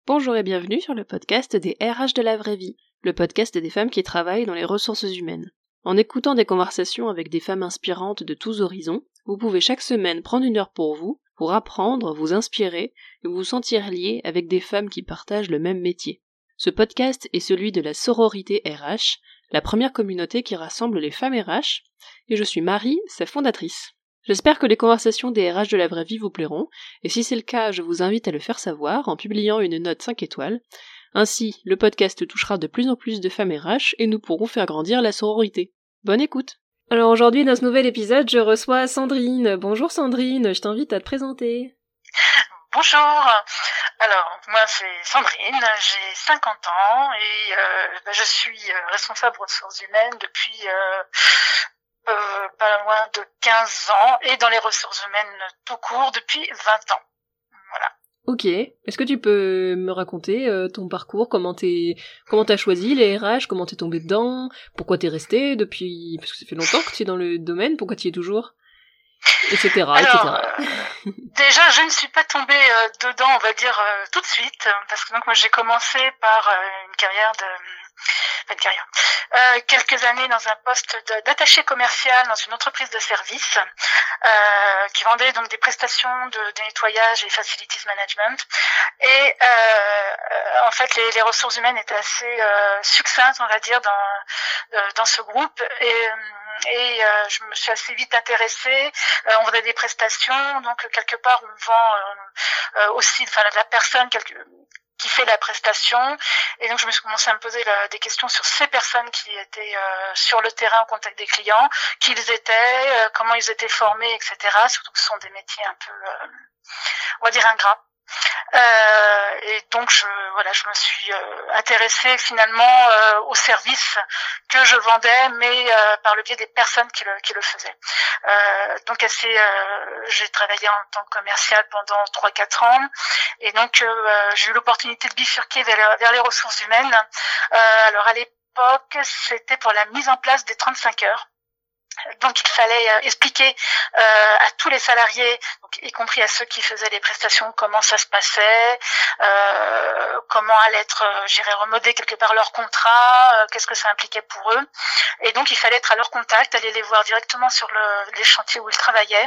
Bonjour et bienvenue sur le podcast des RH de la vraie vie, le podcast des femmes qui travaillent dans les ressources humaines. En écoutant des conversations avec des femmes inspirantes de tous horizons, vous pouvez chaque semaine prendre une heure pour vous, pour apprendre, vous inspirer et vous sentir lié avec des femmes qui partagent le même métier. Ce podcast est celui de la sororité RH, la première communauté qui rassemble les femmes RH, et je suis Marie, sa fondatrice. J'espère que les conversations des RH de la vraie vie vous plairont, et si c'est le cas, je vous invite à le faire savoir en publiant une note 5 étoiles. Ainsi, le podcast touchera de plus en plus de femmes RH et nous pourrons faire grandir la sororité. Bonne écoute! Alors aujourd'hui, dans ce nouvel épisode, je reçois Sandrine. Bonjour Sandrine, je t'invite à te présenter. Bonjour, alors moi c'est Sandrine, j'ai 50 ans et je suis responsable ressources humaines depuis pas loin de 15 ans et dans les ressources humaines tout court depuis 20 ans. Voilà. Ok, est-ce que tu peux me raconter ton parcours, comment t'as choisi les RH, comment t'es tombée dedans, pourquoi t'es restée depuis, parce que ça fait longtemps que tu es dans le domaine, pourquoi tu y es toujours, etc. Alors, déjà, je ne suis pas tombée dedans, on va dire, tout de suite, parce que donc moi j'ai commencé par une carrière quelques années dans un poste d'attaché commercial dans une entreprise de service qui vendait donc des prestations de nettoyage et facilities management. Et en fait, les ressources humaines étaient assez succinctes, on va dire, dans ce groupe. Et je me suis assez vite intéressée. On vendait des prestations, donc quelque part on vend aussi, enfin la personne qui fait la prestation, et donc je me suis commencé à me poser des questions sur ces personnes qui étaient sur le terrain en contact des clients, qui ils étaient, comment ils étaient formés, etc. Surtout que ce sont des métiers un peu, on va dire, ingrats. Et donc je me suis intéressée finalement au service que je vendais, mais par le biais des personnes qui le faisaient. Donc j'ai travaillé en tant que commercial pendant 3-4 ans, et donc j'ai eu l'opportunité de bifurquer vers les ressources humaines. Alors à l'époque, c'était pour la mise en place des 35 heures. Donc il fallait expliquer à tous les salariés, donc, y compris à ceux qui faisaient les prestations, comment ça se passait, comment allait être remodé quelque part leur contrat, qu'est-ce que ça impliquait pour eux. Et donc il fallait être à leur contact, aller les voir directement sur les chantiers où ils travaillaient,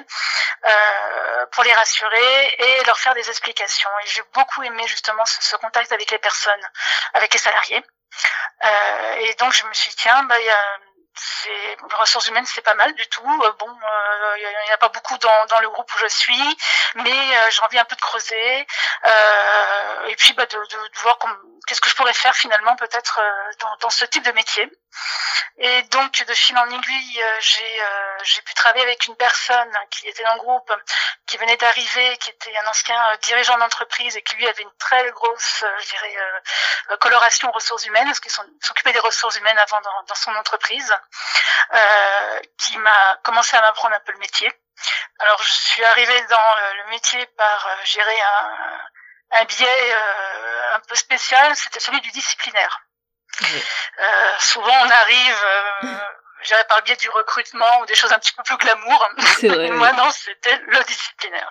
pour les rassurer et leur faire des explications. Et j'ai beaucoup aimé justement ce contact avec les personnes, avec les salariés. Et donc je me suis dit, tiens, les ressources humaines, c'est pas mal du tout. Il y en a pas beaucoup dans le groupe où je suis, mais j'ai envie un peu de creuser, et puis de voir qu'est-ce que je pourrais faire finalement peut-être dans ce type de métier. Et donc de fil en aiguille, j'ai pu travailler avec une personne qui était dans le groupe, qui venait d'arriver, qui était un ancien dirigeant d'entreprise et qui lui avait une très grosse, coloration ressources humaines, parce qu'il s'occupait des ressources humaines avant dans son entreprise, qui m'a commencé à m'apprendre un peu le métier. Alors je suis arrivée dans le métier par un biais un peu spécial, c'était celui du disciplinaire. Oui. Souvent on arrive par le biais du recrutement ou des choses un petit peu plus glamour. C'est vrai, moi non, c'était le disciplinaire.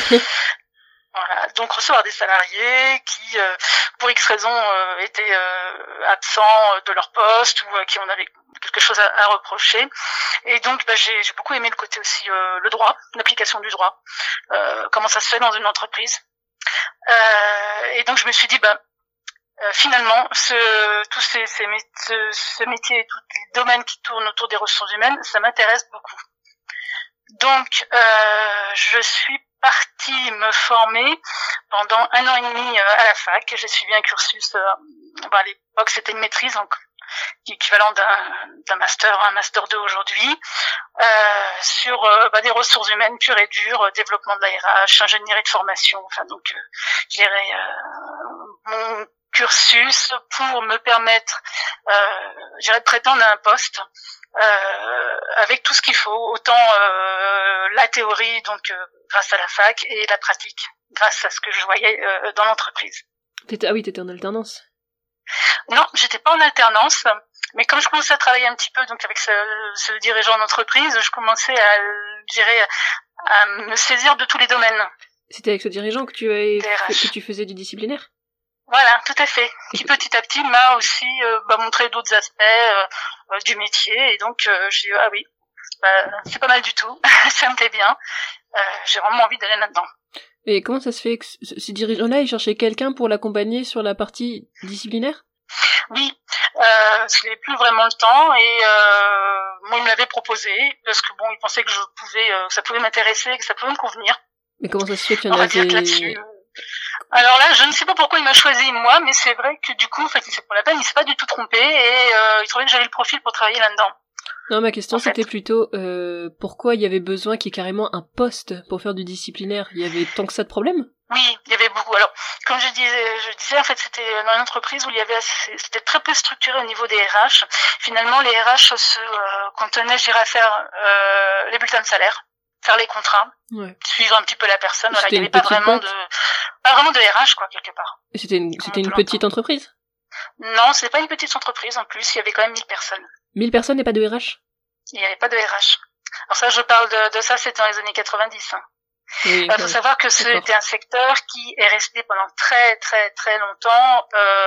Voilà, donc recevoir des salariés qui, pour X raisons, étaient absents de leur poste ou qui en avaient quelque chose à reprocher. Et donc j'ai beaucoup aimé le côté aussi le droit, l'application du droit, comment ça se fait dans une entreprise. Et donc je me suis dit finalement ce métier et tous les domaines qui tournent autour des ressources humaines, ça m'intéresse beaucoup. Donc je suis partie me former pendant 1 an et demi à la fac. J'ai suivi un cursus, à l'époque c'était une maîtrise, donc équivalent d'un master, un master 2 aujourd'hui, sur des ressources humaines pures et dures, développement de la RH, ingénierie de formation, enfin donc mon cursus pour me permettre de prétendre à un poste avec tout ce qu'il faut, autant la théorie, donc grâce à la fac, et la pratique, grâce à ce que je voyais dans l'entreprise. T'étais en alternance? Non, j'étais pas en alternance, mais comme je commençais à travailler un petit peu donc avec ce dirigeant d'entreprise, je commençais à me saisir de tous les domaines. C'était avec ce dirigeant que tu faisais du disciplinaire? Voilà, tout à fait. Qui petit à petit m'a aussi montré d'autres aspects du métier. Et donc, j'ai dit, ah oui, c'est pas mal du tout. Ça me plaît bien. J'ai vraiment envie d'aller là-dedans. Et comment ça se fait que ces dirigeants-là, ils cherchaient quelqu'un pour l'accompagner sur la partie disciplinaire? Oui, je n'avais plus vraiment le temps et moi, il me l'avait proposé parce que bon, il pensait que que ça pouvait m'intéresser, que ça pouvait me convenir. Mais comment ça se fait qu'il y en On va avait... dire que là-dessus... Alors là, je ne sais pas pourquoi il m'a choisi moi, mais c'est vrai que du coup, en fait, c'est pour la peine, il s'est pas du tout trompé et il trouvait que j'avais le profil pour travailler là-dedans. Non, ma question c'était plutôt pourquoi il y avait besoin qu'il y ait carrément un poste pour faire du disciplinaire? Il y avait tant que ça de problèmes? Oui, il y avait beaucoup. Alors, comme je disais, en fait, c'était dans une entreprise où c'était très peu structuré au niveau des RH. Finalement, les RH se cantonnaient, je dirais, à faire les bulletins de salaire, faire les contrats, suivre un petit peu la personne. Voilà, il n'y avait pas vraiment de RH, quoi, quelque part. Et c'était une petite entreprise? Non, c'est pas une petite entreprise en plus. Il y avait quand même 1000 personnes. 1000 personnes et pas de RH? Il n'y avait pas de RH. Alors ça, je parle de ça, c'était dans les années 90. Hein. Oui, faut savoir que c'était un secteur qui est resté pendant très très très longtemps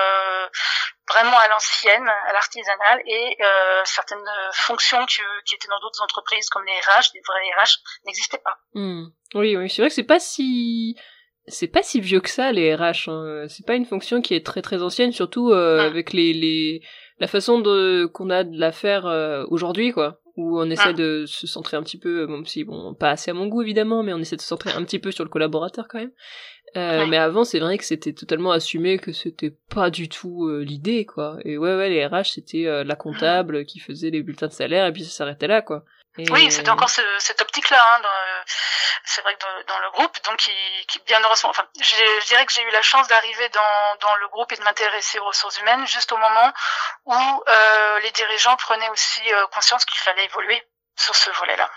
vraiment à l'ancienne, à l'artisanal, et certaines fonctions qui étaient dans d'autres entreprises comme les RH, les vrais RH, n'existaient pas. Oui, c'est vrai que c'est pas si vieux que ça les RH. Hein. C'est pas une fonction qui est très très ancienne, surtout avec la façon qu'on a de la faire aujourd'hui, quoi. Où on essaie de se centrer un petit peu, même si bon, pas assez à mon goût évidemment, mais on essaie de se centrer un petit peu sur le collaborateur quand même. Mais avant, c'est vrai que c'était totalement assumé que c'était pas du tout l'idée, quoi. Et ouais, les RH, c'était la comptable qui faisait les bulletins de salaire, et puis ça s'arrêtait là, quoi. Et... Oui, c'était encore cette optique-là. Hein, c'est vrai que dans le groupe, donc qui bien heureusement, enfin, je dirais que j'ai eu la chance d'arriver dans le groupe et de m'intéresser aux ressources humaines juste au moment où les dirigeants prenaient aussi conscience qu'il fallait évoluer sur ce volet-là.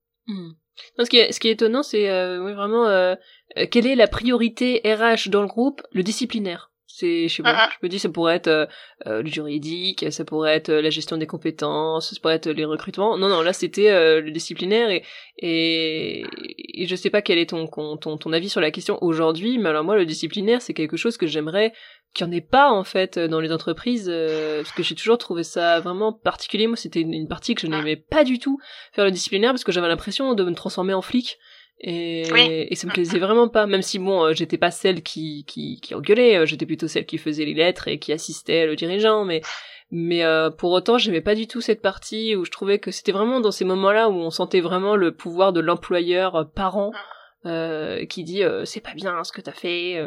Non, ce qui est étonnant, c'est vraiment quelle est la priorité RH dans le groupe? Le disciplinaire. Je sais pas, je me dis ça pourrait être le juridique, ça pourrait être la gestion des compétences, ça pourrait être les recrutements. Non, là c'était le disciplinaire et je sais pas quel est ton avis sur la question aujourd'hui, mais alors moi le disciplinaire c'est quelque chose que j'aimerais qu'il n'y en ait pas en fait dans les entreprises parce que j'ai toujours trouvé ça vraiment particulier. Moi c'était une partie que je n'aimais pas du tout, faire le disciplinaire, parce que j'avais l'impression de me transformer en flic. Et ça me plaisait vraiment pas, même si bon, j'étais pas celle qui engueulait, j'étais plutôt celle qui faisait les lettres et qui assistait le dirigeant, mais pour autant j'aimais pas du tout cette partie où je trouvais que c'était vraiment dans ces moments-là où on sentait vraiment le pouvoir de l'employeur parent qui dit c'est pas bien ce que t'as fait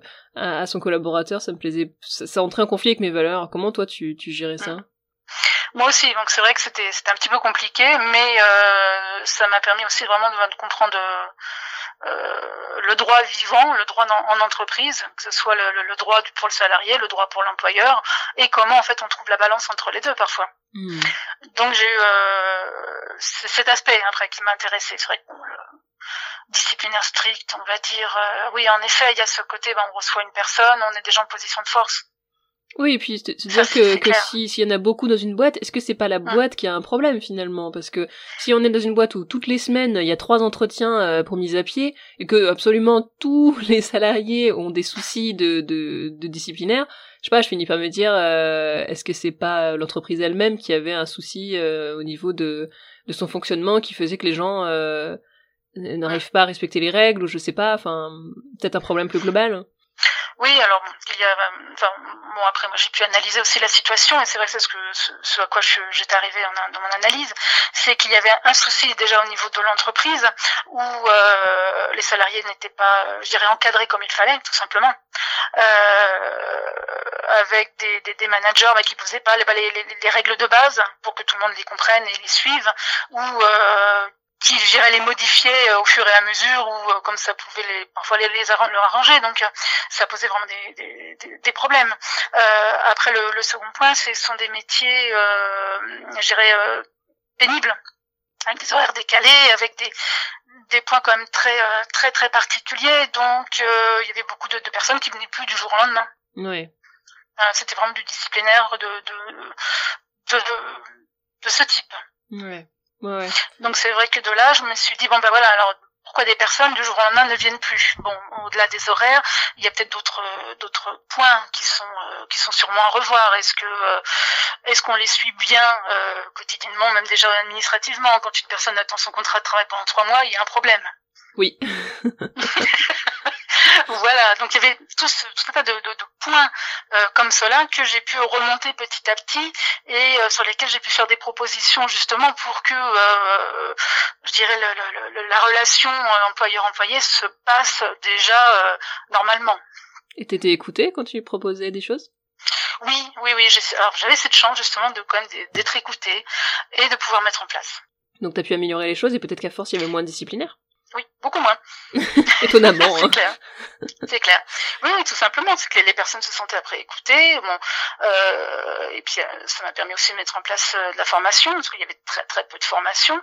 à son collaborateur. Ça me plaisait, ça entrait en conflit avec mes valeurs. Comment toi tu gérais ça? Moi aussi, donc c'est vrai que c'était un petit peu compliqué, mais ça m'a permis aussi vraiment de comprendre le droit vivant, le droit en entreprise, que ce soit le droit pour le salarié, le droit pour l'employeur, et comment en fait on trouve la balance entre les deux parfois. Donc j'ai eu cet aspect après qui m'a intéressé. C'est vrai que disciplinaire strict, on va dire, oui en effet il y a ce côté, on reçoit une personne, on est déjà en position de force. Oui, et puis c'est dire que s'il y en a beaucoup dans une boîte, est-ce que c'est pas la boîte qui a un problème finalement? Parce que si on est dans une boîte où toutes les semaines il y a 3 entretiens pour mise à pied et que absolument tous les salariés ont des soucis de disciplinaire, je sais pas, je finis par me dire est-ce que c'est pas l'entreprise elle-même qui avait un souci au niveau de son fonctionnement qui faisait que les gens n'arrivent pas à respecter les règles, ou je sais pas, enfin peut-être un problème plus global. Oui, alors il y a, après moi j'ai pu analyser aussi la situation, et c'est vrai que c'est ce à quoi j'étais arrivée dans mon analyse, c'est qu'il y avait un souci déjà au niveau de l'entreprise où les salariés n'étaient pas, je dirais, encadrés comme il fallait, tout simplement, avec des managers qui posaient pas les règles de base pour que tout le monde les comprenne et les suive, ou qui, je dirais, les modifier au fur et à mesure, ou comme ça pouvait parfois leur arranger. Donc ça posait vraiment des problèmes. Après le second point, ce sont des métiers, je dirais, pénibles, avec des horaires décalés, avec des points quand même très très particuliers. Donc il y avait beaucoup de personnes qui venaient plus du jour au lendemain. Oui. C'était vraiment du disciplinaire de ce type. Ouais. Ouais. Donc c'est vrai que de là, je me suis dit alors pourquoi des personnes du jour au lendemain ne viennent plus. Bon, au-delà des horaires, il y a peut-être d'autres points qui sont sûrement à revoir. Est-ce qu'on les suit bien quotidiennement, même déjà administrativement? Quand une personne attend son contrat de travail pendant 3 mois, il y a un problème. Oui. Voilà, donc il y avait tout un tas de points comme cela que j'ai pu remonter petit à petit et sur lesquels j'ai pu faire des propositions justement pour que je dirais la relation employeur-employé se passe déjà normalement. Et t'étais écoutée quand tu proposais des choses? Oui, alors j'avais cette chance justement de quand même d'être écoutée et de pouvoir mettre en place. Donc t'as pu améliorer les choses et peut-être qu'à force il y avait moins de disciplinaire? Oui, beaucoup moins. Étonnamment. C'est clair. C'est clair. Oui, tout simplement, c'est que les personnes se sentaient après écoutées. Bon, et puis ça m'a permis aussi de mettre en place de la formation, parce qu'il y avait très très peu de formation.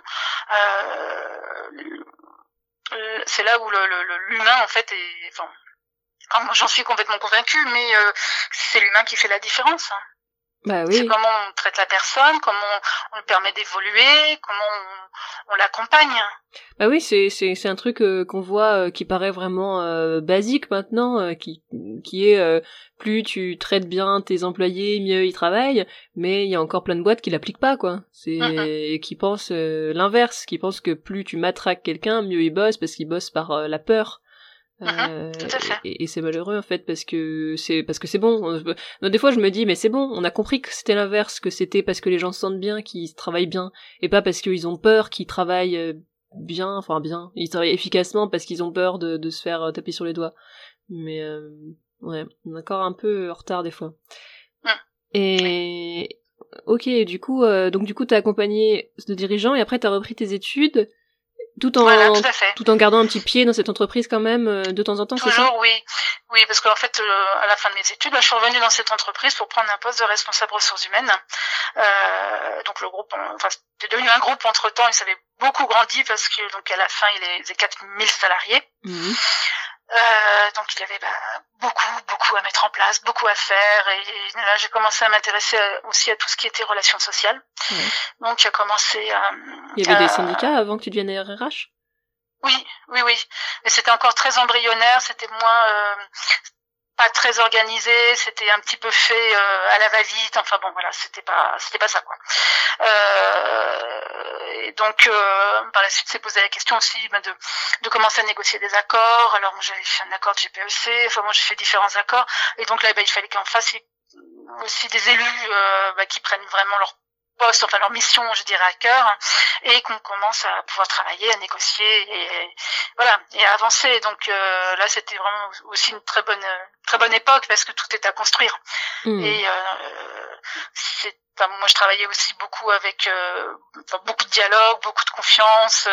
C'est là où l'humain en fait est. Enfin, moi, j'en suis complètement convaincue, mais c'est l'humain qui fait la différence. Hein. Bah oui. C'est comment on traite la personne, comment on lui permet d'évoluer, comment on l'accompagne. Bah oui, c'est un truc qu'on voit qui paraît vraiment basique maintenant, qui est plus tu traites bien tes employés, mieux ils travaillent, mais il y a encore plein de boîtes qui l'appliquent pas, quoi. C'est qui pensent l'inverse, qui pensent que plus tu matraques quelqu'un, mieux il bosse parce qu'il bosse par la peur. Tout à fait. Et c'est malheureux en fait parce que c'est bon. Donc, des fois je me dis mais c'est bon, on a compris que c'était l'inverse, que c'était parce que les gens se sentent bien qu'ils travaillent bien et pas parce qu'ils ont peur qu'ils travaillent bien, ils travaillent efficacement parce qu'ils ont peur de se faire taper sur les doigts. Mais ouais, on est encore un peu en retard des fois. Et ok, du coup t'as accompagné ce dirigeant et après t'as repris tes études. Tout en gardant un petit pied dans cette entreprise quand même de temps en temps. Toujours, c'est ça? Oui, parce qu'en fait à la fin de mes études, je suis revenue dans cette entreprise pour prendre un poste de responsable ressources humaines. Donc le groupe, c'était devenu un groupe entre temps, il s'avait beaucoup grandi parce que donc à la fin il faisait 4000 salariés. Donc il y avait beaucoup à mettre en place, beaucoup à faire et là j'ai commencé à m'intéresser aussi à tout ce qui était relations sociales. Donc j'ai commencé à... Il y avait des syndicats avant que tu deviennes RH? Oui. Et c'était encore très embryonnaire, c'était moins... pas très organisé, c'était un petit peu fait à la va-vite, enfin bon voilà, c'était pas ça quoi. Et donc par la suite s'est posé la question aussi de commencer à négocier des accords. Alors moi j'avais fait un accord de GPEC, enfin moi j'ai fait différents accords et donc là il fallait qu'en face aussi des élus qui prennent vraiment leur poste, enfin leur mission, je dirais, à cœur, et qu'on commence à pouvoir travailler, à négocier et voilà, et à avancer. Donc là, c'était vraiment aussi une très bonne époque parce que tout est à construire. Et moi, je travaillais aussi beaucoup avec beaucoup de dialogue, beaucoup de confiance.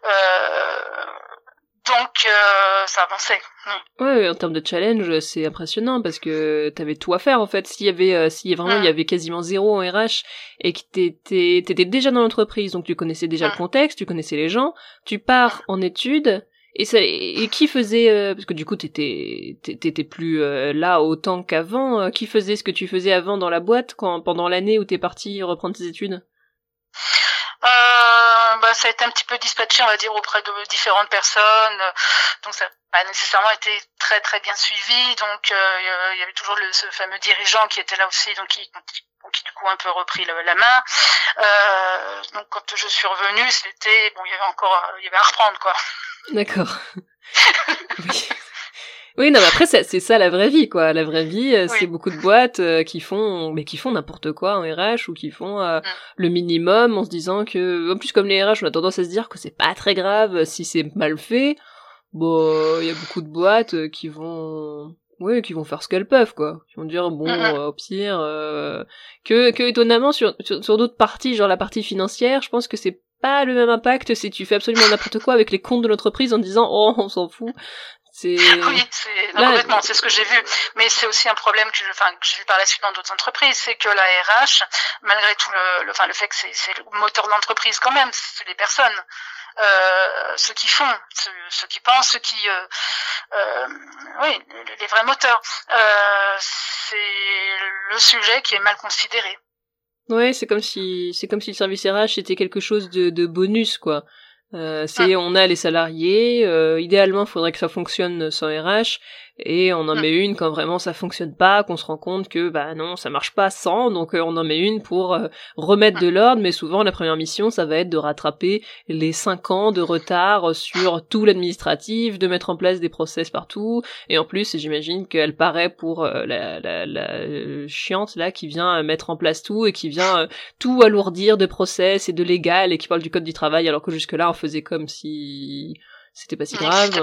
Donc ça avançait. Ouais, en termes de challenge, c'est impressionnant parce que t'avais tout à faire en fait. Il y avait quasiment zéro en RH et que t'étais déjà dans l'entreprise, donc tu connaissais déjà le contexte, tu connaissais les gens, tu pars en études et qui faisait parce que du coup t'étais plus là autant qu'avant. Qui faisait ce que tu faisais avant dans la boîte pendant l'année où t'es parti reprendre tes études? Ça a été un petit peu dispatché, on va dire, auprès de différentes personnes. Donc ça n'a pas nécessairement été très très bien suivi. Donc il y avait toujours ce fameux dirigeant qui était là aussi, donc qui du coup un peu repris la main. Donc quand je suis revenue, c'était il y avait à reprendre quoi. D'accord. Oui. Oui, non, mais après, c'est ça la vraie vie, quoi. La vraie vie, c'est beaucoup de boîtes qui font n'importe quoi en RH ou qui font le minimum en se disant que, en plus, comme les RH, on a tendance à se dire que c'est pas très grave si c'est mal fait. Bon, il y a beaucoup de boîtes qui vont faire ce qu'elles peuvent, quoi. Qui vont dire, au pire, que étonnamment, sur d'autres parties, genre la partie financière, je pense que c'est pas le même impact si tu fais absolument n'importe quoi avec les comptes de l'entreprise en disant, oh, on s'en fout. Complètement, c'est ce que j'ai vu, mais c'est aussi un problème que j'ai vu par la suite dans d'autres entreprises, c'est que la RH, malgré tout le fait que c'est le moteur de l'entreprise quand même, c'est les personnes, ceux qui font, ceux qui pensent, ceux qui, les vrais moteurs, c'est le sujet qui est mal considéré. Ouais, c'est comme si le service RH était quelque chose de bonus, quoi. C'est on a les salariés, idéalement il faudrait que ça fonctionne sans RH, et on en met une quand vraiment ça fonctionne pas, qu'on se rend compte que bah non ça marche pas sans, donc on en met une pour remettre de l'ordre, mais souvent la première mission ça va être de rattraper les 5 ans de retard sur tout l'administratif, de mettre en place des process partout, et en plus j'imagine qu'elle paraît pour la chiante là qui vient mettre en place tout et qui vient tout alourdir de process et de légal et qui parle du code du travail alors que jusque là on faisait comme si c'était pas si grave.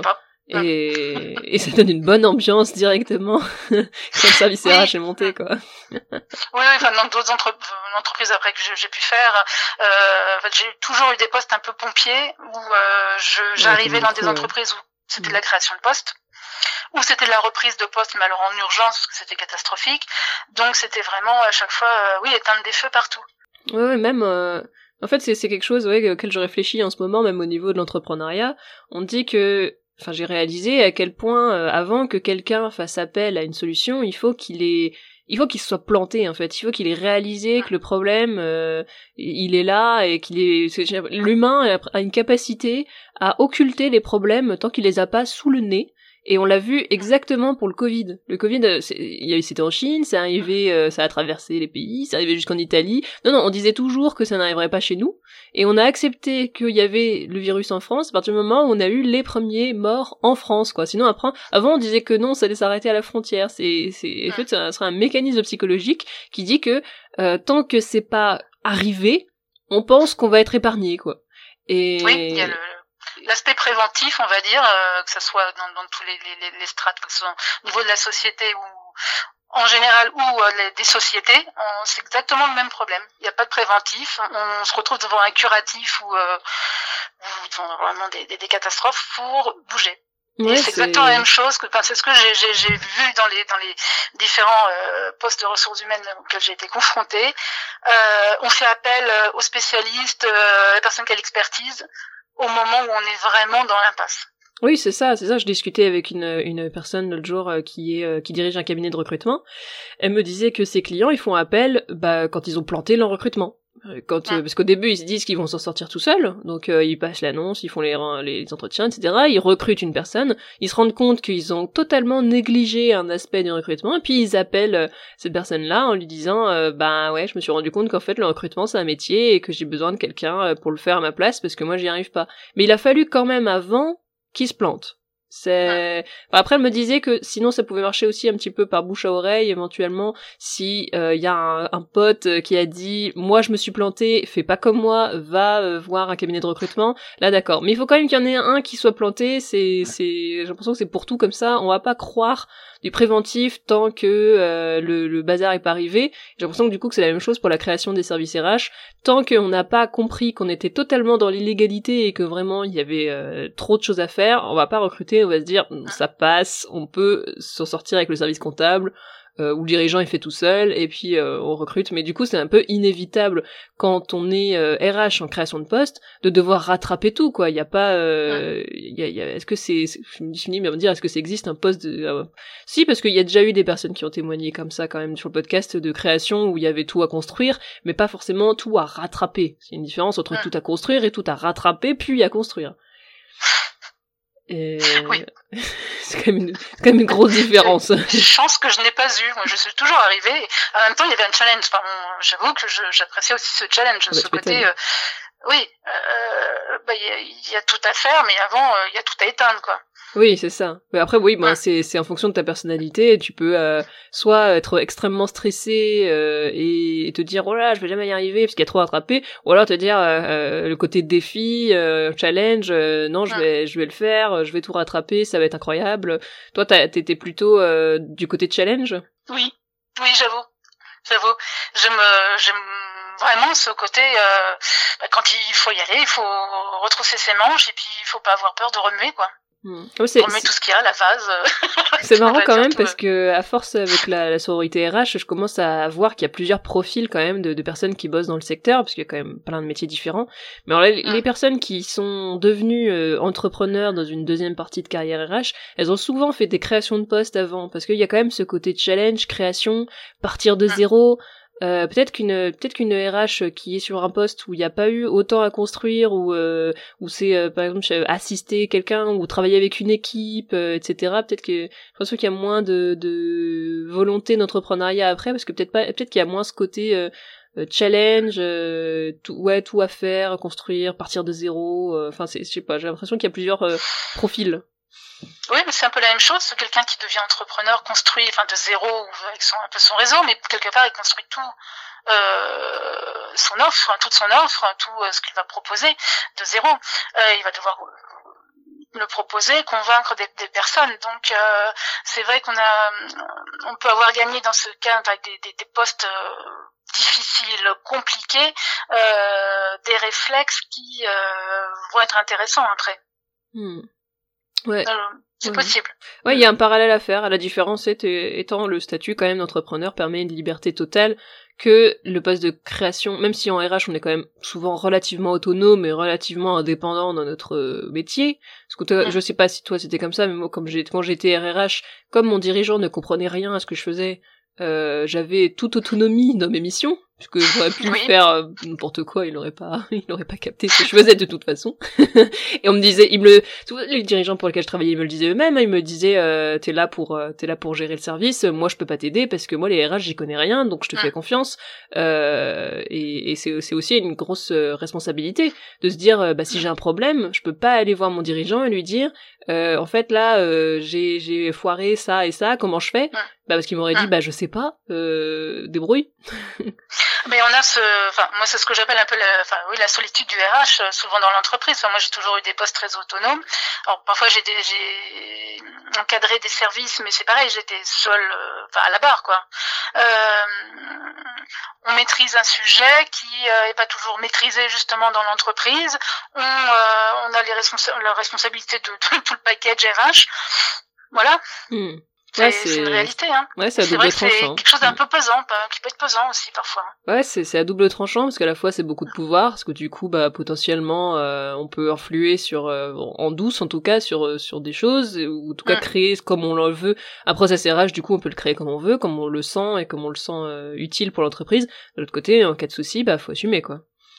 Et ça donne une bonne ambiance directement quand le service RH est monté, quoi. Oui, enfin, dans d'autres entreprises après que j'ai pu faire, en fait, j'ai toujours eu des postes un peu pompiers où j'arrivais dans des entreprises où c'était de la création de postes, ou c'était de la reprise de poste, mais alors en urgence, parce que c'était catastrophique. Donc c'était vraiment à chaque fois, éteindre des feux partout. Ouais, même... En fait, c'est quelque chose auquel je réfléchis en ce moment, même au niveau de l'entrepreneuriat. On dit que... Enfin, j'ai réalisé à quel point, avant que quelqu'un fasse appel à une solution, il faut qu'il se soit planté, en fait. Il faut qu'il ait réalisé que le problème, il est là et l'humain a une capacité à occulter les problèmes tant qu'il les a pas sous le nez. Et on l'a vu exactement pour le Covid. Le Covid, c'était en Chine, c'est arrivé, ça a traversé les pays, c'est arrivé jusqu'en Italie. Non, on disait toujours que ça n'arriverait pas chez nous. Et on a accepté qu'il y avait le virus en France à partir du moment où on a eu les premiers morts en France, quoi. Sinon, avant, on disait que non, ça allait s'arrêter à la frontière. En fait, ça serait un mécanisme psychologique qui dit que, tant que c'est pas arrivé, on pense qu'on va être épargné, quoi. Et... Oui, il y a l'aspect préventif, on va dire, que ce soit dans tous les strates, que ce soit au niveau de la société ou en général ou des sociétés, c'est exactement le même problème. Il n'y a pas de préventif, on se retrouve devant un curatif ou devant vraiment des catastrophes pour bouger. Ouais, c'est exactement la même chose c'est ce que j'ai vu dans les différents postes de ressources humaines auxquels j'ai été confrontée. On fait appel aux spécialistes, à la personne qui a l'expertise, au moment où on est vraiment dans l'impasse. Oui, c'est ça. Je discutais avec une personne l'autre jour qui dirige un cabinet de recrutement. Elle me disait que ses clients, ils font appel quand ils ont planté leur recrutement. Parce qu'au début, ils se disent qu'ils vont s'en sortir tout seuls, donc ils passent l'annonce, ils font les entretiens, etc. Ils recrutent une personne, ils se rendent compte qu'ils ont totalement négligé un aspect du recrutement, et puis ils appellent cette personne-là en lui disant je me suis rendu compte qu'en fait le recrutement c'est un métier et que j'ai besoin de quelqu'un pour le faire à ma place parce que moi j'y arrive pas. Mais il a fallu quand même avant qu'ils se plantent. Après elle me disait que sinon ça pouvait marcher aussi un petit peu par bouche à oreille éventuellement si y a un pote qui a dit moi je me suis planté, fais pas comme moi, va voir un cabinet de recrutement, là d'accord, mais il faut quand même qu'il y en ait un qui soit planté. J'ai l'impression que c'est pour tout comme ça, on va pas croire du préventif tant que le bazar est pas arrivé. J'ai l'impression que du coup que c'est la même chose pour la création des services RH, tant qu'on n'a pas compris qu'on était totalement dans l'illégalité et que vraiment il y avait trop de choses à faire, on va pas recruter, on va se dire ça passe, on peut s'en sortir avec le service comptable où le dirigeant il fait tout seul et puis on recrute. Mais du coup c'est un peu inévitable quand on est RH en création de poste de devoir rattraper tout, quoi. Il y a pas est-ce que je me dis mais on va dire est-ce que ça existe un poste de si, parce qu'il y a déjà eu des personnes qui ont témoigné comme ça quand même sur le podcast de création où il y avait tout à construire mais pas forcément tout à rattraper. C'est une différence entre tout à construire et tout à rattraper puis à construire. Et... Oui. c'est quand même une grosse différence. Chance que je n'ai pas eu. Moi, je suis toujours arrivée. En même temps, il y avait un challenge. Enfin, j'avoue que j'appréciais aussi ce challenge, ce côté. Il y a tout à faire, mais avant, il y a tout à éteindre, quoi. Oui, c'est ça. Mais après, oui, c'est en fonction de ta personnalité. Tu peux soit être extrêmement stressé et te dire oh là, je vais jamais y arriver parce qu'il y a trop à attraper, ou alors te dire le côté défi, challenge, non, je vais le faire, je vais tout rattraper, ça va être incroyable. Toi, t'étais plutôt du côté challenge? Oui, j'avoue. J'aime vraiment ce côté quand il faut y aller, il faut retrousser ses manches et puis il faut pas avoir peur de remuer, quoi. Remuer tout ce qu'il y a, la vase. C'est marrant quand même parce que à force avec la sororité RH, je commence à voir qu'il y a plusieurs profils quand même de personnes qui bossent dans le secteur parce qu'il y a quand même plein de métiers différents. Mais alors les personnes qui sont devenues entrepreneurs dans une deuxième partie de carrière RH, elles ont souvent fait des créations de postes avant parce qu'il y a quand même ce côté challenge, création, partir de zéro. peut-être qu'une RH qui est sur un poste où il n'y a pas eu autant à construire, où c'est par exemple assister quelqu'un ou travailler avec une équipe, etc. Peut-être que je pense qu'il y a moins de volonté d'entrepreneuriat après, parce que peut-être qu'il y a moins ce côté challenge, tout à faire, construire, partir de zéro. Enfin, je sais pas, j'ai l'impression qu'il y a plusieurs profils. Oui, mais c'est un peu la même chose. Quelqu'un qui devient entrepreneur construit, de zéro, avec un peu son réseau, mais quelque part il construit tout, son offre, toute son offre, tout ce qu'il va proposer de zéro. Il va devoir le proposer, convaincre des personnes. Donc c'est vrai on peut avoir gagné dans ce cas avec des postes difficiles, compliqués, des réflexes qui vont être intéressants après. Ouais. C'est possible. Ouais, il y a un parallèle à faire. La différence étant le statut quand même d'entrepreneur permet une liberté totale que le poste de création, même si en RH on est quand même souvent relativement autonome et relativement indépendant dans notre métier. Parce que toi, je sais pas si toi c'était comme ça, mais moi quand j'étais RRH, comme mon dirigeant ne comprenait rien à ce que je faisais, j'avais toute autonomie dans mes missions, puisque j'aurais pu faire n'importe quoi, il aurait pas capté ce que je faisais de toute façon. Et on me disait, les dirigeants pour lesquels je travaillais, ils me le disaient eux-mêmes, ils me disaient, t'es là pour gérer le service, moi je peux pas t'aider parce que moi les RH j'y connais rien, donc je te fais confiance. Et c'est aussi une grosse responsabilité de se dire, si j'ai un problème, je peux pas aller voir mon dirigeant et lui dire, en fait là, j'ai foiré ça et ça, comment je fais? Parce qu'il m'aurait dit, je sais pas, débrouille. Mais on a moi c'est ce que j'appelle un peu la solitude du RH, souvent dans l'entreprise. Moi j'ai toujours eu des postes très autonomes. Alors parfois j'ai encadré des services, mais c'est pareil, j'étais seule, à la barre quoi. On maîtrise un sujet qui est pas toujours maîtrisé justement dans l'entreprise. On a la responsabilité de tout le package RH. Voilà. C'est une réalité, hein. Ouais, c'est à double tranchant. C'est quelque chose d'un peu pesant, qui peut être pesant aussi parfois. Ouais, c'est à double tranchant parce qu'à la fois c'est beaucoup de pouvoir, parce que du coup, potentiellement, on peut influer en douce en tout cas, sur des choses, ou en tout cas créer comme on le veut. Un process RH, du coup, on peut le créer comme on veut, comme on le sent et comme on le sent utile pour l'entreprise. De l'autre côté, en cas de souci, faut assumer, quoi.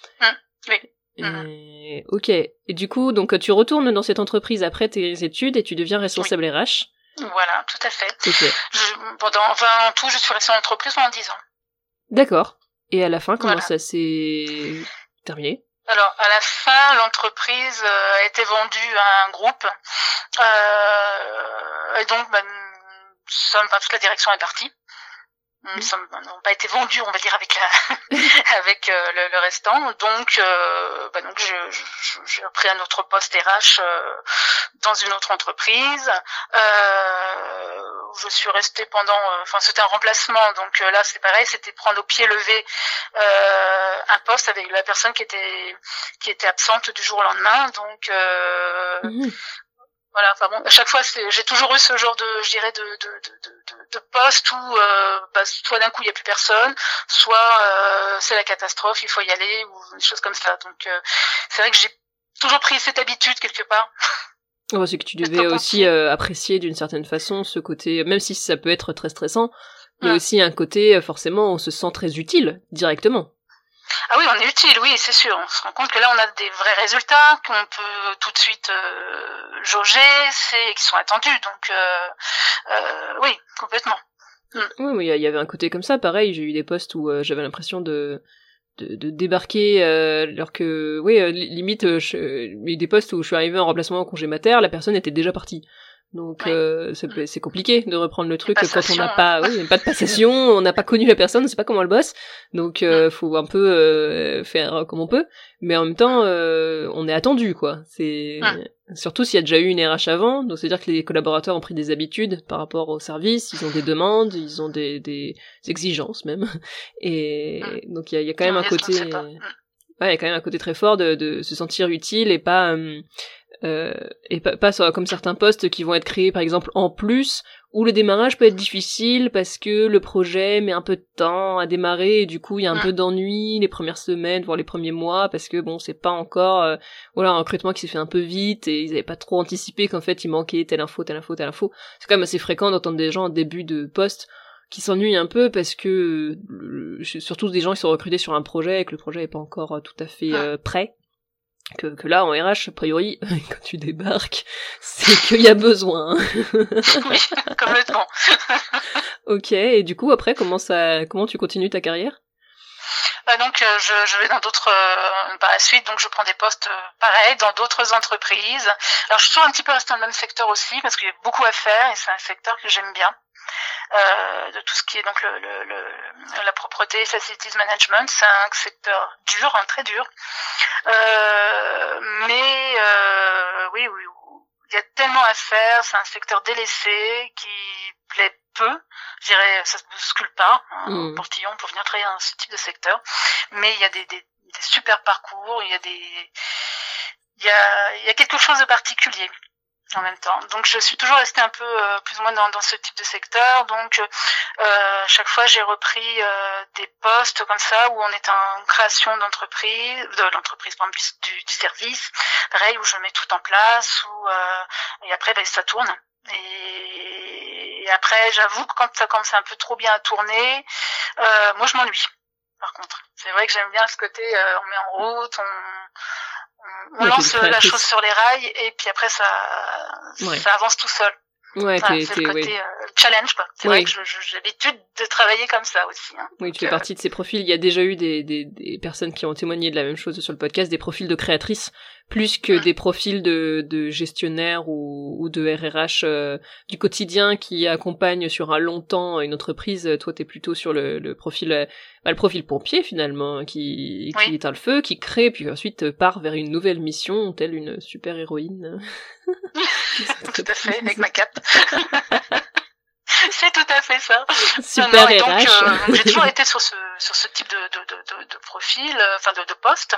Oui. Ok. Et du coup, donc tu retournes dans cette entreprise après tes études et tu deviens responsable RH. Voilà, tout à fait. Okay. En tout, je suis restée en entreprise pendant 10 ans. D'accord. Et à la fin, comment ça s'est terminé? Alors, à la fin, l'entreprise a été vendue à un groupe. Et donc, toute la direction est partie. Nous n'avons pas été vendus, on va dire, avec le restant. Donc j'ai repris un autre poste RH dans une autre entreprise. Où je suis restée pendant. C'était un remplacement, donc là c'est pareil, c'était prendre au pied levé un poste avec la personne qui était absente du jour au lendemain. Donc voilà, à chaque fois j'ai toujours eu ce genre de poste où soit d'un coup il y a plus personne, soit c'est la catastrophe, il faut y aller, ou des choses comme ça. Donc c'est vrai que j'ai toujours pris cette habitude quelque part. C'est que tu devais aussi apprécier d'une certaine façon ce côté, même si ça peut être très stressant, il y a aussi un côté, forcément, on se sent très utile directement. Ah oui, on est utile, oui, c'est sûr. On se rend compte que là, on a des vrais résultats qu'on peut tout de suite jauger, qui sont attendus. Donc, oui, complètement. Oui, il y avait un côté comme ça. Pareil, j'ai eu des postes où j'avais l'impression de débarquer alors que, limite, il y a eu des postes où je suis arrivée en remplacement au congé mater, la personne était déjà partie. Donc c'est compliqué de reprendre le truc quand on n'a pas pas de passation, on n'a pas connu la personne, on sait pas comment elle bosse. Donc faut un peu faire comme on peut, mais en même temps on est attendu quoi. C'est surtout s'il y a déjà eu une RH avant, donc c'est-à-dire que les collaborateurs ont pris des habitudes par rapport au service, ils ont des demandes, ils ont des exigences même. Et donc il y a quand même un côté il y a quand même un côté très fort de se sentir utile et pas comme certains postes qui vont être créés par exemple en plus, où le démarrage peut être difficile parce que le projet met un peu de temps à démarrer et du coup il y a un peu d'ennui les premières semaines voire les premiers mois parce que c'est pas encore un recrutement qui s'est fait un peu vite et ils avaient pas trop anticipé qu'en fait il manquait telle info. C'est quand même assez fréquent d'entendre des gens en début de poste qui s'ennuient un peu parce que surtout des gens qui sont recrutés sur un projet et que le projet est pas encore tout à fait prêt. Que là, en RH, a priori, quand tu débarques, c'est qu'il y a besoin. Oui, complètement. Ok, et du coup, après, comment tu continues ta carrière? Donc je vais dans d'autres par la suite, donc je prends des postes pareils dans d'autres entreprises. Alors je suis toujours un petit peu restée dans le même secteur aussi parce qu'il y a beaucoup à faire et c'est un secteur que j'aime bien. De tout ce qui est donc la propreté, facilities management, c'est un secteur dur, très dur. Mais oui, il y a tellement à faire, c'est un secteur délaissé qui plaît peu, je dirais, ça se bouscule pas au portillon pour venir travailler dans ce type de secteur, mais il y a des super parcours, il y a quelque chose de particulier en même temps. Donc je suis toujours restée un peu plus ou moins dans ce type de secteur. Donc chaque fois j'ai repris des postes comme ça où on est en création de l'entreprise, du service, pareil, où je mets tout en place, et après ça tourne. Et après j'avoue que quand ça commence un peu trop bien à tourner, moi je m'ennuie. Par contre, c'est vrai que j'aime bien ce côté on met en route, on lance la chose sur les rails et puis après ça avance tout seul. Ouais, c'est le côté challenge, quoi. C'est vrai que j'ai l'habitude de travailler comme ça aussi. Oui, tu fais partie de ces profils. Il y a déjà eu des personnes qui ont témoigné de la même chose sur le podcast, des profils de créatrices, plus que des profils de gestionnaires ou de RRH du quotidien qui accompagnent sur un long temps une entreprise. Toi, t'es plutôt sur le profil le profil pompier finalement, qui éteint le feu, qui crée, puis ensuite part vers une nouvelle mission, telle une super héroïne. Tout à fait, avec ma cape. C'est tout à fait ça. Super RH. Donc j'ai toujours été sur ce type de profil, de poste.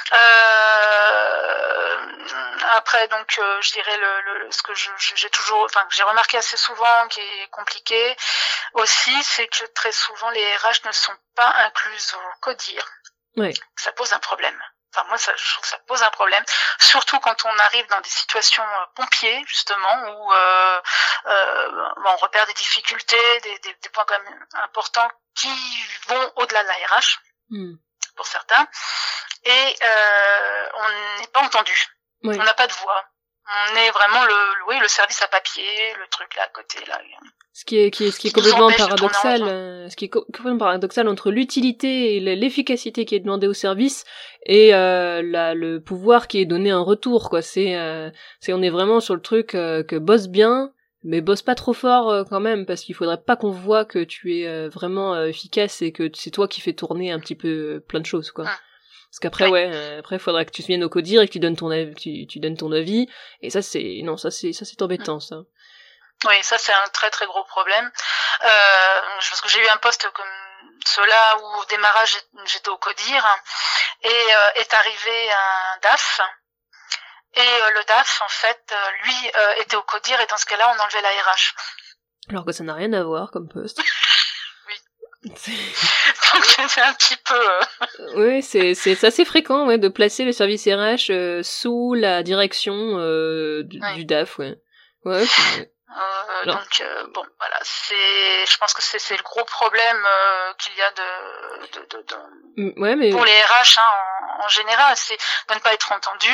Après donc je dirais ce que j'ai remarqué assez souvent qui est compliqué aussi, c'est que très souvent les RH ne sont pas incluses au CODIR. Ouais. Ça pose un problème. Enfin, moi, je trouve que ça pose un problème, surtout quand on arrive dans des situations pompiers, justement, où on repère des difficultés, des points quand même importants qui vont au-delà de la RH, pour certains, et on n'est pas entendu. Oui. On n'a pas de voix. On est vraiment le service à papier, le truc là à côté là. Ce qui est complètement paradoxal entre l'utilité et l'efficacité qui est demandée au service et le pouvoir qui est donné en retour, quoi. On est vraiment sur le truc que bosse bien, mais bosse pas trop fort quand même, parce qu'il faudrait pas qu'on voit que tu es vraiment efficace et que c'est toi qui fais tourner un petit peu plein de choses, quoi. Parce qu'après, après, faudra que tu viennes au CODIR et que tu donnes ton avis, tu donnes ton avis. Et ça, c'est embêtant, ça. Oui, ça, c'est un très, très gros problème. Parce que j'ai eu un poste comme cela où au démarrage, j'étais au CODIR et est arrivé un DAF. Et le DAF, en fait, lui, était au CODIR et dans ce cas-là, on enlevait la RH. Alors que ça n'a rien à voir comme poste. Donc c'est un petit peu... Oui, c'est assez fréquent de placer le service RH sous la direction du DAF, ouais. Donc voilà, je pense que c'est le gros problème qu'il y a pour les RH en général, c'est de ne pas être entendu.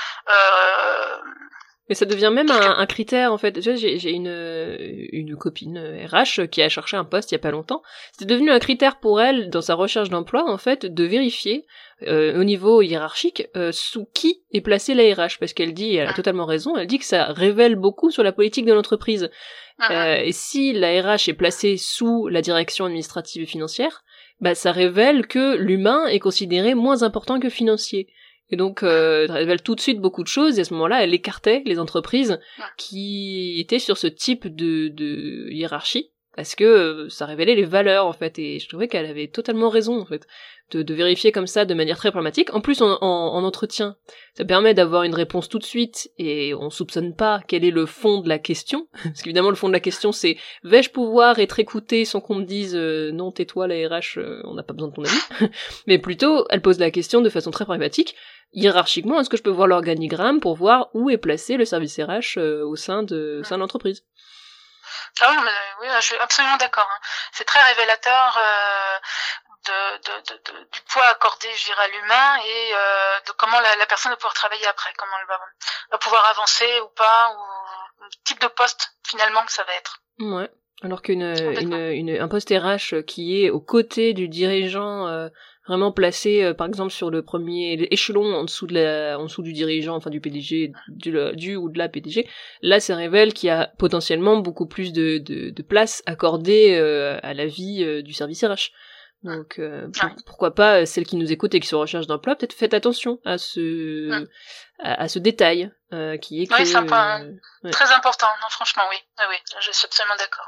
Mais ça devient même un critère, en fait. Tu vois, j'ai une copine RH qui a cherché un poste il y a pas longtemps. C'était devenu un critère pour elle, dans sa recherche d'emploi, en fait, de vérifier, au niveau hiérarchique, sous qui est placée la RH. Parce qu'elle dit, et elle a totalement raison, elle dit que ça révèle beaucoup sur la politique de l'entreprise. Et si la RH est placée sous la direction administrative et financière, ça révèle que l'humain est considéré moins important que financier. Et donc, elle révèle tout de suite beaucoup de choses, et à ce moment-là, elle écartait les entreprises qui étaient sur ce type de hiérarchie, parce que ça révélait les valeurs, en fait, et je trouvais qu'elle avait totalement raison, en fait, de vérifier comme ça de manière très pragmatique. En plus, en entretien, ça permet d'avoir une réponse tout de suite, et on soupçonne pas quel est le fond de la question, parce qu'évidemment, le fond de la question, c'est « Vais-je pouvoir être écouté sans qu'on me dise non, tais-toi, la RH, on n'a pas besoin de ton avis ?» Mais plutôt, elle pose la question de façon très pragmatique. Hiérarchiquement, est-ce que je peux voir l'organigramme pour voir où est placé le service RH au sein de l'entreprise ? Ah oui, oui, je suis absolument d'accord. Hein. C'est très révélateur du poids accordé, je dirais, à l'humain et de comment la personne va pouvoir travailler après, comment elle va pouvoir avancer ou pas, ou le type de poste finalement que ça va être. Ouais. Alors un poste RH qui est aux côtés du dirigeant, vraiment placé, par exemple, sur le premier échelon en dessous du dirigeant, enfin du PDG, du ou de la PDG, là, ça révèle qu'il y a potentiellement beaucoup plus de place accordée à la vie du service RH. Donc, pourquoi pas celles qui nous écoutent et qui sont en recherche d'emploi, peut-être faites attention à ce détail qui est que... Oui, c'est un point très important. Non, franchement, oui. Oui, je suis absolument d'accord.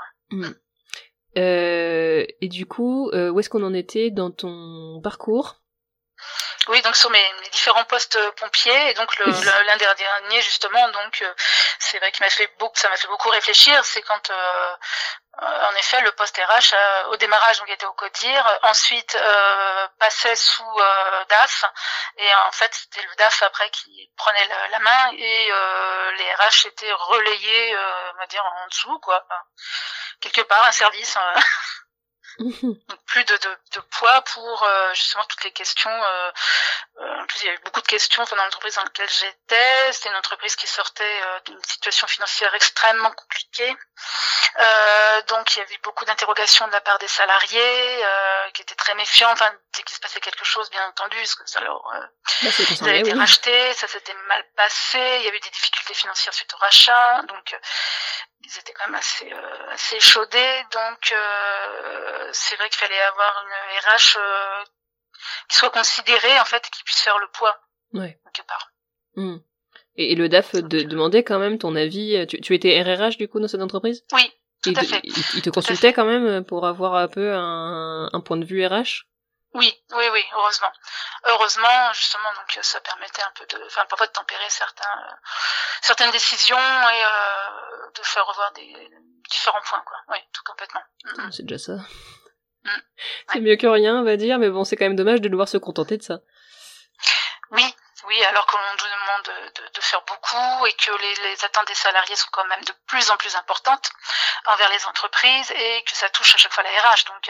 Et du coup, où est-ce qu'on en était dans ton parcours ? Oui, donc sur mes différents postes pompiers, et donc l'un des derniers justement, donc c'est vrai que ça m'a fait beaucoup réfléchir, c'est quand en effet le poste RH au démarrage donc était au CODIR, ensuite passait sous DAF, et en fait c'était le DAF après qui prenait la main, et les RH étaient relayés on va dire en dessous quoi, quelque part un service donc plus de poids pour justement toutes les questions. En plus, il y avait beaucoup de questions dans l'entreprise dans laquelle j'étais. C'était une entreprise qui sortait d'une situation financière extrêmement compliquée. Donc, il y avait beaucoup d'interrogations de la part des salariés qui étaient très méfiants. Enfin, dès qu'il se passait quelque chose, bien entendu, parce que ça leur ils avaient été rachetés, ça s'était mal passé. Il y avait des difficultés financières suite au rachat. Donc, ils étaient quand même assez échaudés. Donc, c'est vrai qu'il fallait avoir une RH qui soit considérée, en fait, qui puisse faire le poids, quelque part. Et le DAF demandait quand même ton avis. Tu étais RRH, du coup, dans cette entreprise ? Oui, tout à fait. Il te consultait quand même pour avoir un peu un point de vue RH ? Oui, heureusement. Heureusement, justement, donc ça permettait un peu parfois de tempérer certaines décisions et de faire revoir des différents points, quoi. Oui, tout complètement. C'est déjà ça. C'est mieux que rien, on va dire, mais bon, c'est quand même dommage de devoir se contenter de ça. Oui, alors qu'on nous demande de faire beaucoup et que les attentes des salariés sont quand même de plus en plus importantes envers les entreprises et que ça touche à chaque fois la RH. Donc,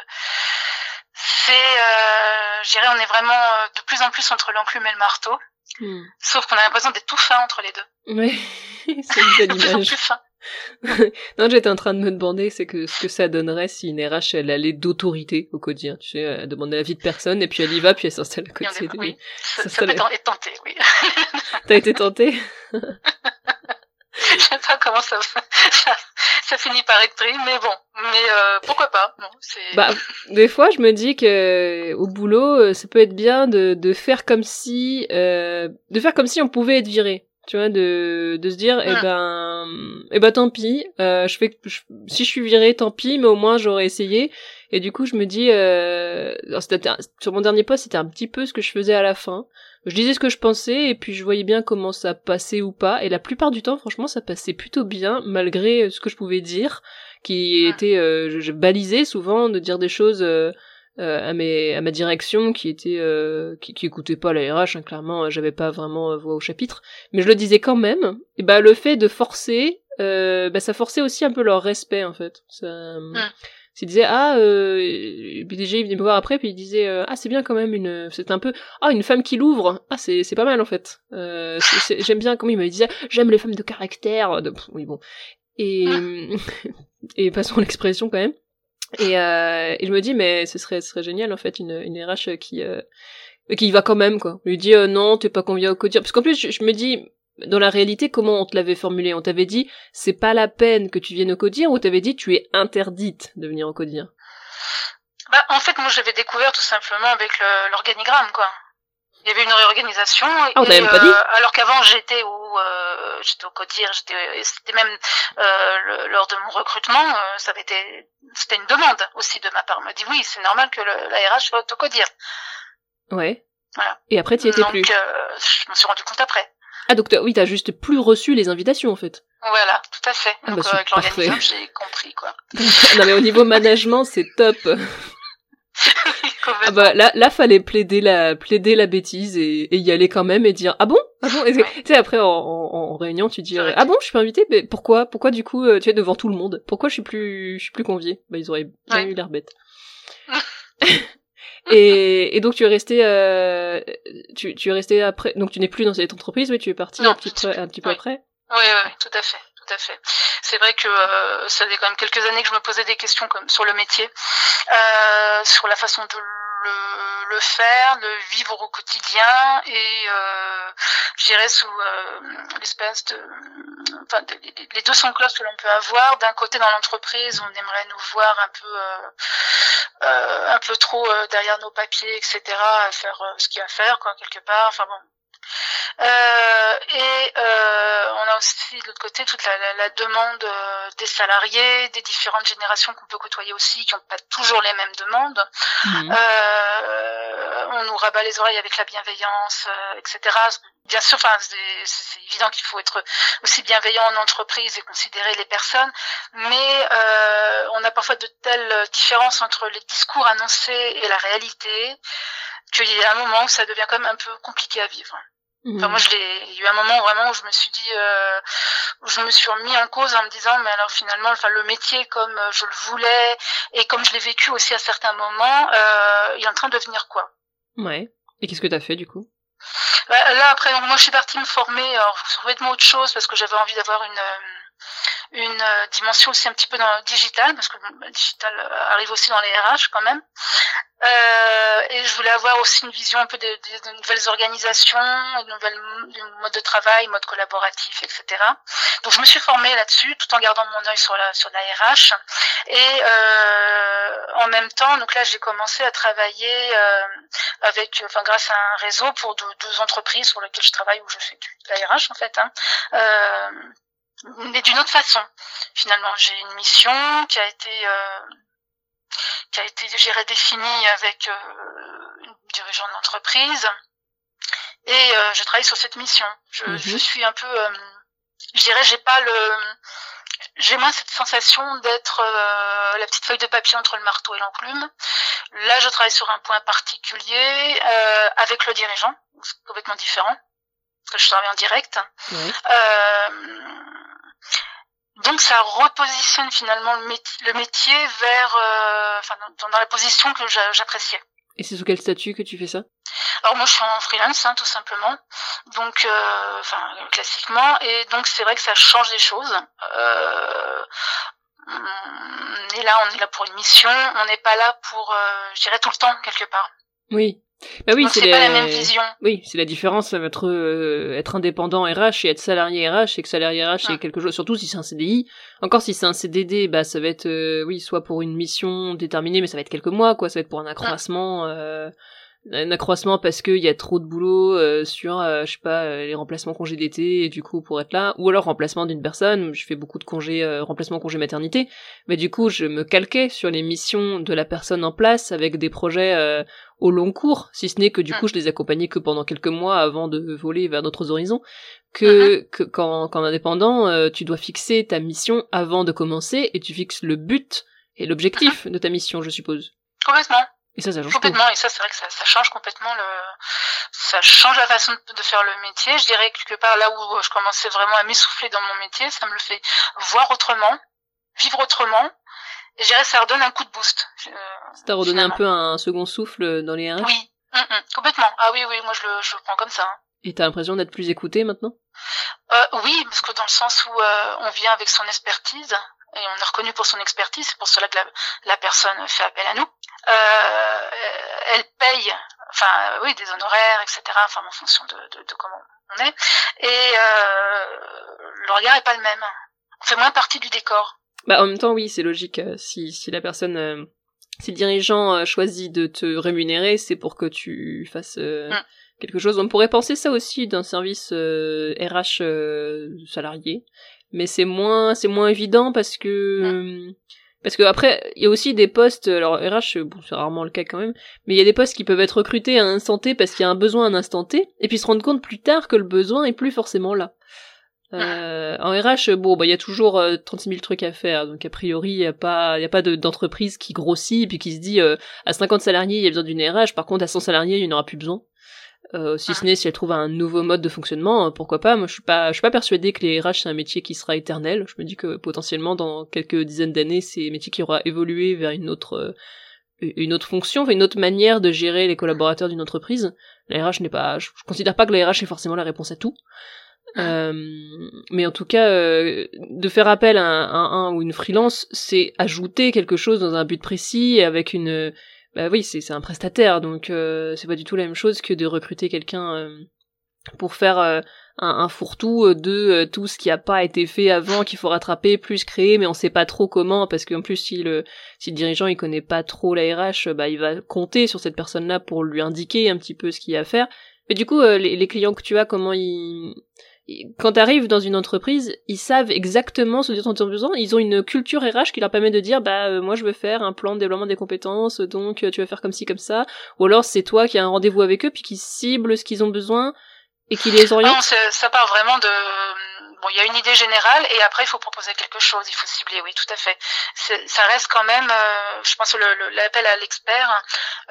je dirais, on est vraiment de plus en plus entre l'enclume et le marteau. Sauf qu'on a l'impression d'être tout fin entre les deux. Oui, c'est une belle image. De plus en plus fin. Non, j'étais en train de me demander ce que ça donnerait si une RH elle allait d'autorité au quotidien, tu sais, elle demandait l'avis de personne et puis elle y va puis elle s'installe à côté. Oui, ça peut être tenté, oui. T'as été tentée? Je sais pas comment ça finit par être pris, mais bon, pourquoi pas, bon, des fois je me dis que au boulot ça peut être bien de faire comme si on pouvait être viré. Tu vois, de se dire, tant pis, si je suis virée, tant pis, mais au moins j'aurais essayé. Et du coup, je me dis, sur mon dernier poste, c'était un petit peu ce que je faisais à la fin. Je disais ce que je pensais, et puis je voyais bien comment ça passait ou pas. Et la plupart du temps, franchement, ça passait plutôt bien, malgré ce que je pouvais dire, qui était, je balisais souvent de dire des choses, à ma direction qui était qui écoutait pas la RH, hein, clairement j'avais pas vraiment voix au chapitre, mais je le disais quand même. Et le fait de forcer ça forçait aussi un peu leur respect en fait. Ça s'il disait PDG il venait me voir après puis il disait c'est bien quand même c'est un peu une femme qui l'ouvre, c'est pas mal en fait, j'aime bien comment il me disait, j'aime les femmes de caractère oui bon et passons l'expression quand même. Et je me dis, mais ce serait génial, en fait, une RH qui y va quand même, quoi. On lui dit, non, t'es pas convié au CODIR. Parce qu'en plus, je me dis, dans la réalité, comment on te l'avait formulé? On t'avait dit, c'est pas la peine que tu viennes au CODIR, ou t'avait dit, tu es interdite de venir au CODIR? En fait, moi, j'avais découvert tout simplement avec l'organigramme, quoi. Il y avait une réorganisation. On t'a même pas dit? Alors qu'avant, j'étais au CODIR, c'était même lors de mon recrutement, c'était une demande aussi de ma part. On m'a dit oui, c'est normal que la RH soit au CODIR. Ouais. Voilà. Et après, t'y étais plus. Donc, je me suis rendu compte après. Donc t'as juste plus reçu les invitations, en fait. Voilà, tout à fait. Donc, avec l'organigramme, j'ai compris, quoi. Non, mais au niveau management, c'est top. Ah bah là fallait plaider la bêtise et y aller quand même et dire ah bon tu sais après en réunion tu dis ah bon je suis pas invitée, mais pourquoi du coup tu es devant tout le monde, pourquoi je suis plus conviée, bah ils auraient bien eu l'air bêtes. Et donc tu es resté tu es resté après, donc tu n'es plus dans cette entreprise, mais tu es parti un petit peu après. Oui, tout à fait. C'est vrai que ça fait quand même quelques années que je me posais des questions comme sur le métier, sur la façon de le faire, de vivre au quotidien, et je dirais sous l'espèce de, les deux sons de cloche que l'on peut avoir. D'un côté, dans l'entreprise, on aimerait nous voir un peu trop derrière nos papiers, etc., à faire ce qu'il y a à faire, quoi, quelque part. Enfin bon. On a aussi de l'autre côté toute la demande des salariés, des différentes générations qu'on peut côtoyer aussi, qui n'ont pas toujours les mêmes demandes. On nous rabat les oreilles avec la bienveillance, etc. Bien sûr, c'est évident qu'il faut être aussi bienveillant en entreprise et considérer les personnes, mais on a parfois de telles différences entre les discours annoncés et la réalité qu'il y a un moment où ça devient quand même un peu compliqué à vivre. Enfin, moi, il y a eu un moment vraiment où je me suis dit, où je me suis remis en cause en me disant, mais alors finalement, le métier comme je le voulais et comme je l'ai vécu aussi à certains moments, il est en train de devenir quoi. Ouais. Et qu'est-ce que t'as fait du coup? Là après, moi, je suis partie me former sur complètement autre chose parce que j'avais envie d'avoir une dimension aussi un petit peu dans le digital, parce que le digital arrive aussi dans les RH quand même. Et je voulais avoir aussi une vision un peu de nouvelles organisations, de mode de travail, mode collaboratif, etc. Donc je me suis formée là-dessus, tout en gardant mon œil sur la RH. Et en même temps, donc là j'ai commencé à travailler grâce à un réseau pour deux entreprises sur lesquelles je travaille, où je fais de la RH en fait. Mais d'une autre façon, finalement, j'ai une mission qui a été définie avec une dirigeante d'entreprise, et je travaille sur cette mission. Je suis un peu, je dirais, j'ai moins cette sensation d'être la petite feuille de papier entre le marteau et l'enclume. Là, je travaille sur un point particulier avec le dirigeant, c'est complètement différent, parce que je travaille en direct. Donc ça repositionne finalement le métier vers dans la position que j'appréciais. Et c'est sous quel statut que tu fais ça? Alors moi je suis en freelance, tout simplement, donc classiquement, et donc c'est vrai que ça change les choses. Et là on est là pour une mission, on n'est pas là pour je dirais tout le temps quelque part. Oui. Bah oui, c'est pas la même vision. Oui, c'est la différence entre être indépendant RH et être salarié RH, et que salarié RH c'est quelque chose, surtout si c'est un CDI. Encore si c'est un CDD, bah ça va être soit pour une mission déterminée, mais ça va être quelques mois, quoi, ça va être pour un accroissement parce que il y a trop de boulot sur je sais pas les remplacements congés d'été, et du coup pour être là, ou alors remplacement d'une personne. Je fais beaucoup de congés remplacement congé maternité, mais du coup je me calquais sur les missions de la personne en place avec des projets au long cours, si ce n'est que du coup je les accompagnais que pendant quelques mois avant de voler vers d'autres horizons, que qu'en indépendant tu dois fixer ta mission avant de commencer, et tu fixes le but et l'objectif de ta mission, je suppose. Complètement. Et ça change complètement tout. Et ça c'est vrai que ça change complètement ça change la façon de faire le métier. Je dirais quelque part là où je commençais vraiment à m'essouffler dans mon métier, ça me le fait voir autrement, vivre autrement. Et je dirais ça redonne un coup de boost. Ça t'a redonné un peu un second souffle dans les RH? Oui, complètement. Ah oui, moi je le prends comme ça. Et t'as l'impression d'être plus écouté maintenant? Oui, parce que dans le sens où on vient avec son expertise, et on est reconnu pour son expertise, c'est pour cela que la personne fait appel à nous. Elle paye, des honoraires, etc., en fonction de comment on est. Et le regard est pas le même. On fait moins partie du décor. Bah en même temps oui, c'est logique, si la personne si le dirigeant choisit de te rémunérer, c'est pour que tu fasses quelque chose. On pourrait penser ça aussi d'un service RH salarié, mais c'est moins évident parce que après il y a aussi des postes, alors RH c'est rarement le cas quand même, mais il y a des postes qui peuvent être recrutés à un instant T parce qu'il y a un besoin à un instant T, et puis se rendre compte plus tard que le besoin est plus forcément là. En RH, bon, bah, il y a toujours 36 000 trucs à faire, donc a priori, il y a pas d'entreprise qui grossit, puis qui se dit, à 50 salariés, il y a besoin d'une RH, par contre, à 100 salariés, il n'y en aura plus besoin. Si ce n'est si elle trouve un nouveau mode de fonctionnement, pourquoi pas. Moi, je suis pas persuadée que les RH c'est un métier qui sera éternel. Je me dis que potentiellement dans quelques dizaines d'années, c'est un métier qui aura évolué vers une autre fonction, une autre manière de gérer les collaborateurs d'une entreprise. La RH je considère pas que la RH est forcément la réponse à tout. Mais en tout cas, de faire appel à un ou une freelance, c'est ajouter quelque chose dans un but précis avec une bah oui, c'est un prestataire, donc c'est pas du tout la même chose que de recruter quelqu'un pour faire un fourre-tout de tout ce qui a pas été fait avant, qu'il faut rattraper, plus créer, mais on sait pas trop comment, parce qu'en plus si le dirigeant il connaît pas trop la RH, bah il va compter sur cette personne-là pour lui indiquer un petit peu ce qu'il y a à faire. Mais du coup, les clients que tu as, comment quand t'arrives dans une entreprise, ils savent exactement ce dont ils ont besoin, ils ont une culture RH qui leur permet de dire moi je veux faire un plan de développement des compétences, donc tu vas faire comme ci comme ça, ou alors c'est toi qui as un rendez-vous avec eux puis qui cible ce qu'ils ont besoin et qui les oriente. Non, ça part vraiment de bon, il y a une idée générale et après il faut proposer quelque chose, il faut cibler, oui, tout à fait. Ça reste quand même je pense l'appel à l'expert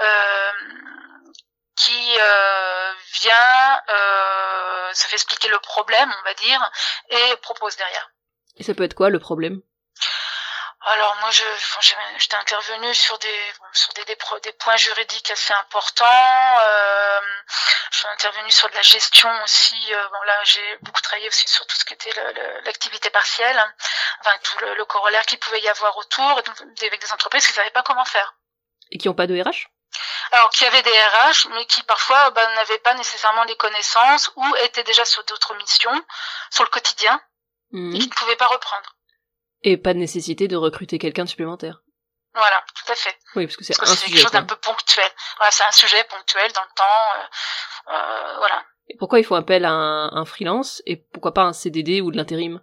qui vient se fait expliquer le problème, on va dire, et propose derrière. Et ça peut être quoi le problème? Alors moi j'étais intervenue sur des points juridiques assez importants. Je suis intervenue sur de la gestion aussi. Bon là j'ai beaucoup travaillé aussi sur tout ce qui était l'activité partielle, enfin tout le corollaire qu'il pouvait y avoir autour, et donc avec des entreprises qui ne savaient pas comment faire. Et qui n'ont pas de RH? Alors qui avaient des RH, mais qui parfois n'avaient pas nécessairement les connaissances ou étaient déjà sur d'autres missions, sur le quotidien, et qui ne pouvaient pas reprendre. Et pas de nécessité de recruter quelqu'un de supplémentaire. Voilà, tout à fait. Oui, parce que c'est quelque chose d'un peu ponctuel. Voilà, c'est un sujet ponctuel dans le temps. Voilà. Et pourquoi ils font appel à un freelance et pourquoi pas un CDD ou de l'intérim?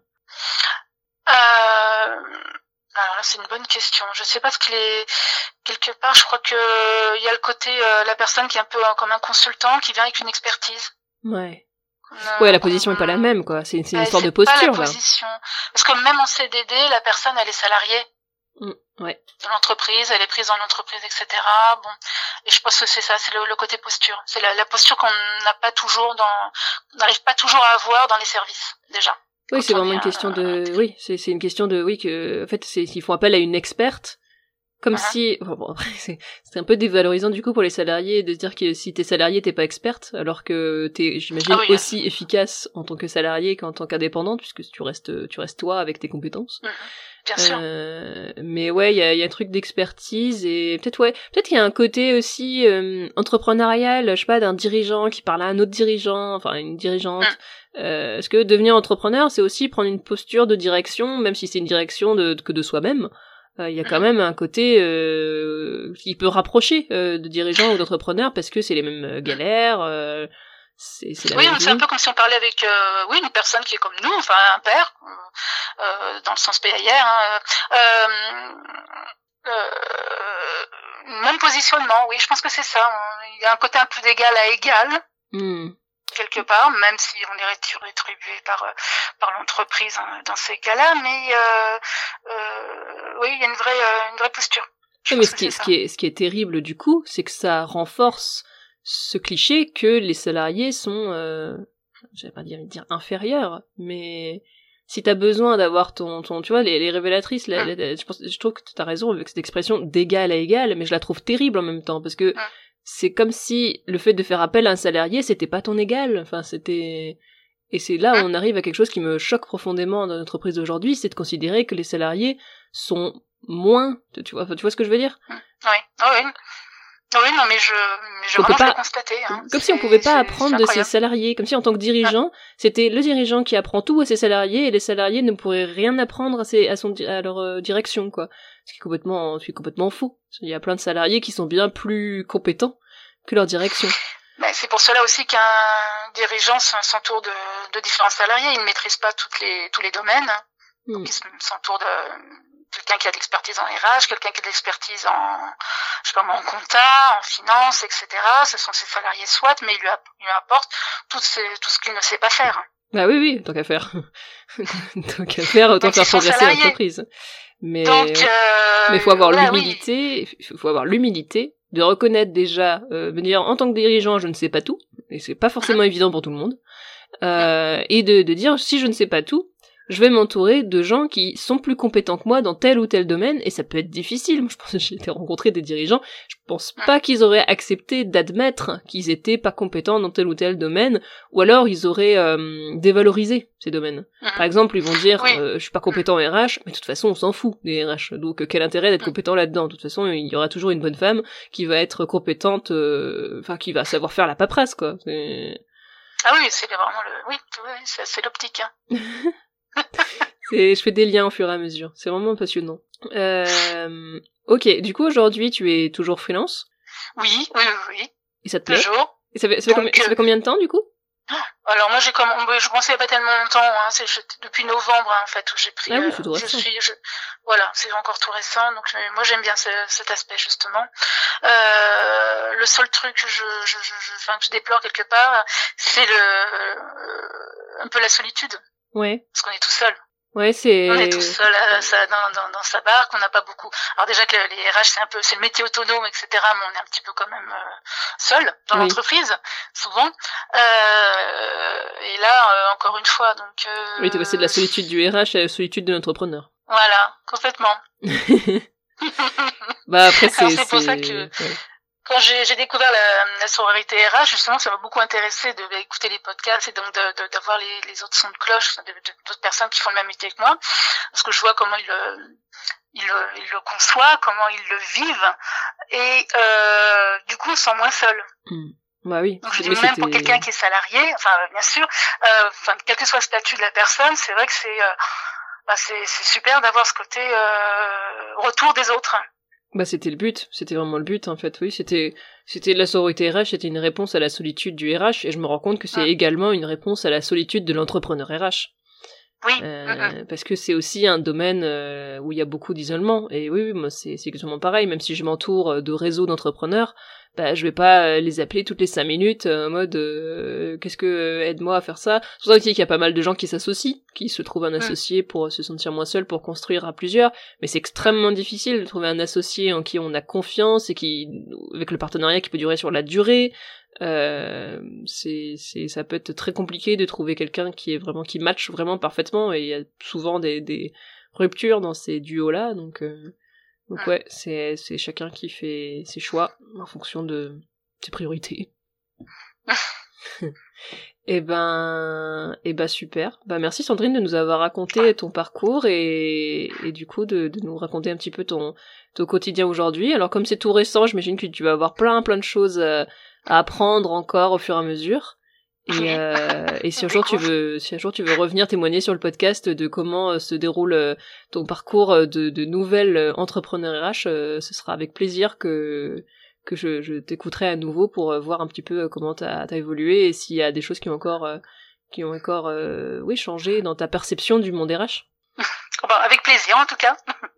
Alors là, c'est une bonne question. Je sais pas ce qu'il est. Quelque part, je crois que il y a le côté la personne qui est un peu comme un consultant qui vient avec une expertise. Ouais. Ouais, la position est pas la même, quoi. C'est une histoire de posture, pas la position. Parce que même en CDD, la personne, elle est salariée. Ouais. De l'entreprise, elle est prise dans l'entreprise, etc. Bon. Et je pense que c'est ça, c'est le côté posture. C'est la posture qu'on n'a pas toujours on n'arrive pas toujours à avoir dans les services, déjà. Oui, c'est vraiment une question oui, c'est une question de, oui, que, en fait, ils font appel à une experte. Comme si, bon, après, c'est un peu dévalorisant du coup pour les salariés de se dire que si t'es salarié, t'es pas experte, alors que t'es, j'imagine, aussi efficace en tant que salarié qu'en tant qu'indépendante, puisque tu restes toi avec tes compétences. Bien sûr. Mais ouais, il y a un truc d'expertise et peut-être qu'il y a un côté aussi entrepreneurial, je sais pas, d'un dirigeant qui parle à un autre dirigeant, enfin une dirigeante. Parce que devenir entrepreneur, c'est aussi prendre une posture de direction, même si c'est une direction que de soi-même. Il y a quand même un côté qui peut rapprocher de dirigeants ou d'entrepreneurs parce que c'est les mêmes galères. C'est la même vie. C'est un peu comme si on parlait avec une personne qui est comme nous, enfin un père, dans le sens PAIR. Même positionnement, oui, je pense que c'est ça. Il y a un côté un peu d'égal à égal. Quelque part, même si on est rétribué par l'entreprise dans ces cas-là, mais oui, il y a une vraie posture. Oui, mais ce qui est terrible du coup, c'est que ça renforce ce cliché que les salariés sont, j'allais pas dire inférieurs, mais si t'as besoin d'avoir ton, tu vois, les révélatrices, je trouve que t'as raison avec cette expression d'égal à égal, mais je la trouve terrible en même temps, parce que c'est comme si le fait de faire appel à un salarié, c'était pas ton égal. Enfin, c'était... Et c'est là où on arrive à quelque chose qui me choque profondément dans l'entreprise d'aujourd'hui, c'est de considérer que les salariés sont moins... Tu vois ce que je veux dire? Oui, non, mais je vraiment je l'ai constaté. Comme si on pouvait pas apprendre de ses salariés, comme si en tant que dirigeant, c'était le dirigeant qui apprend tout à ses salariés et les salariés ne pourraient rien apprendre à leur direction, quoi. Ce qui est complètement faux. Il y a plein de salariés qui sont bien plus compétents que leur direction. C'est pour cela aussi qu'un dirigeant s'entoure de différents salariés. Il ne maîtrise pas tous les domaines. Donc il s'entoure de quelqu'un qui a de l'expertise en RH, quelqu'un qui a de l'expertise en compta, en finance, etc. Ce sont ses salariés soit, mais il lui apporte tout ce qu'il ne sait pas faire. Bah oui, tant qu'à faire. Tant qu'à faire, autant faire progresser l'entreprise. Mais faut avoir l'humilité, faut avoir l'humilité de reconnaître déjà, de dire en tant que dirigeant, je ne sais pas tout, et c'est pas forcément évident pour tout le monde, et de dire si je ne sais pas tout, je vais m'entourer de gens qui sont plus compétents que moi dans tel ou tel domaine, et ça peut être difficile. Moi, je pense que j'ai été rencontrer des dirigeants, je pense pas qu'ils auraient accepté d'admettre qu'ils étaient pas compétents dans tel ou tel domaine, ou alors ils auraient dévalorisé ces domaines. Par exemple, ils vont dire je suis pas compétent en RH, mais de toute façon on s'en fout des RH, donc quel intérêt d'être compétent là-dedans? De toute façon, il y aura toujours une bonne femme qui va être compétente, qui va savoir faire la paperasse, quoi. Ah oui, c'est vraiment c'est l'optique, hein. Je fais des liens au fur et à mesure. C'est vraiment passionnant. Ok, du coup aujourd'hui tu es toujours freelance? Oui. Et ça te plaît? Toujours. Et ça fait combien de temps du coup? Alors moi je commençais il y a pas tellement longtemps, hein, c'est depuis novembre en fait où j'ai pris. Ah oui, c'est tout récent. Voilà, c'est encore tout récent, donc moi j'aime bien cet aspect justement. Le seul truc que je déplore quelque part, c'est un peu la solitude. Ouais. Parce qu'on est tout seul. Ouais, on est tout seul dans sa barque, on n'a pas beaucoup. Alors déjà que les RH c'est le métier autonome, etc. Mais on est un petit peu quand même seul dans l'entreprise souvent. Et là encore une fois, donc. Oui, t'es passé de la solitude du RH à la solitude de l'entrepreneur. Voilà, complètement. Bah après c'est pour ça que. Ouais. Quand j'ai découvert la sororité RH, justement, ça m'a beaucoup intéressé d'écouter les podcasts et donc d'avoir les autres sons de cloche d'autres personnes qui font le même métier que moi, parce que je vois comment ils le conçoivent, comment ils le vivent, et du coup, on se sent moins seul. Bah oui. Donc je dis même pour quelqu'un qui est salarié, enfin bien sûr, quel que soit le statut de la personne, c'est vrai que c'est super d'avoir ce côté retour des autres. Bah c'était le but, c'était vraiment le but en fait, oui, c'était la sororité RH, c'était une réponse à la solitude du RH, et je me rends compte que c'est également une réponse à la solitude de l'entrepreneur RH. Oui. Parce que c'est aussi un domaine où il y a beaucoup d'isolement, et oui, moi c'est exactement pareil, même si je m'entoure de réseaux d'entrepreneurs, bah je vais pas les appeler toutes les 5 minutes en mode qu'est-ce que aide-moi à faire ça. C'est pour ça aussi qu'il y a pas mal de gens qui s'associent, qui se trouvent un associé pour se sentir moins seul, pour construire à plusieurs, mais c'est extrêmement difficile de trouver un associé en qui on a confiance et avec le partenariat qui peut durer sur la durée. Ça peut être très compliqué de trouver quelqu'un qui match vraiment parfaitement, et il y a souvent des ruptures dans ces duos là, donc ouais, c'est chacun qui fait ses choix en fonction de ses priorités. Et ben super. Bah merci Sandrine de nous avoir raconté ton parcours et du coup de nous raconter un petit peu ton quotidien aujourd'hui. Alors comme c'est tout récent, j'imagine que tu vas avoir plein de choses à apprendre encore au fur et à mesure. Et si un jour tu veux revenir témoigner sur le podcast de comment se déroule ton parcours de nouvelle entrepreneur RH, ce sera avec plaisir que je t'écouterai à nouveau pour voir un petit peu comment t'as évolué et s'il y a des choses qui ont encore changé dans ta perception du monde RH. Avec plaisir en tout cas.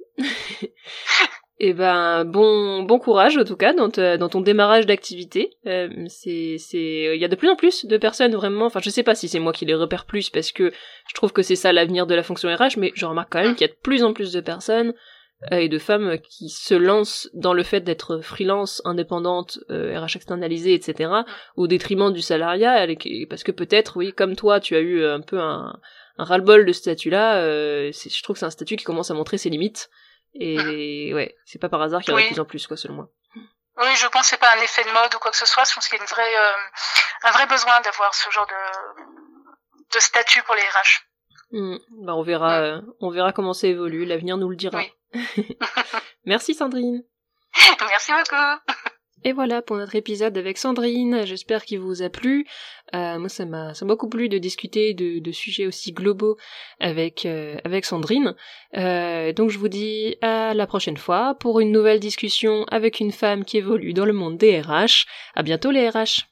Et ben bon courage en tout cas dans ton démarrage d'activité. Il y a de plus en plus de personnes vraiment, enfin je sais pas si c'est moi qui les repère plus parce que je trouve que c'est ça l'avenir de la fonction RH, mais je remarque quand même qu'il y a de plus en plus de personnes et de femmes qui se lancent dans le fait d'être freelance, indépendante, RH externalisée, etc. au détriment du salariat, parce que peut-être, oui, comme toi, tu as eu un peu un ras-le-bol de ce statut-là, je trouve que c'est un statut qui commence à montrer ses limites. Et ouais, c'est pas par hasard qu'il y en a de plus en plus, quoi, selon moi. Oui, je pense que c'est pas un effet de mode ou quoi que ce soit. Je pense qu'il y a un vrai besoin d'avoir ce genre de statut pour les RH. Bah on verra comment ça évolue. L'avenir nous le dira. Oui. Merci Sandrine. Merci beaucoup. Et voilà pour notre épisode avec Sandrine, j'espère qu'il vous a plu. Moi ça m'a beaucoup plu de discuter de sujets aussi globaux avec Sandrine. Donc je vous dis à la prochaine fois pour une nouvelle discussion avec une femme qui évolue dans le monde des RH. À bientôt les RH.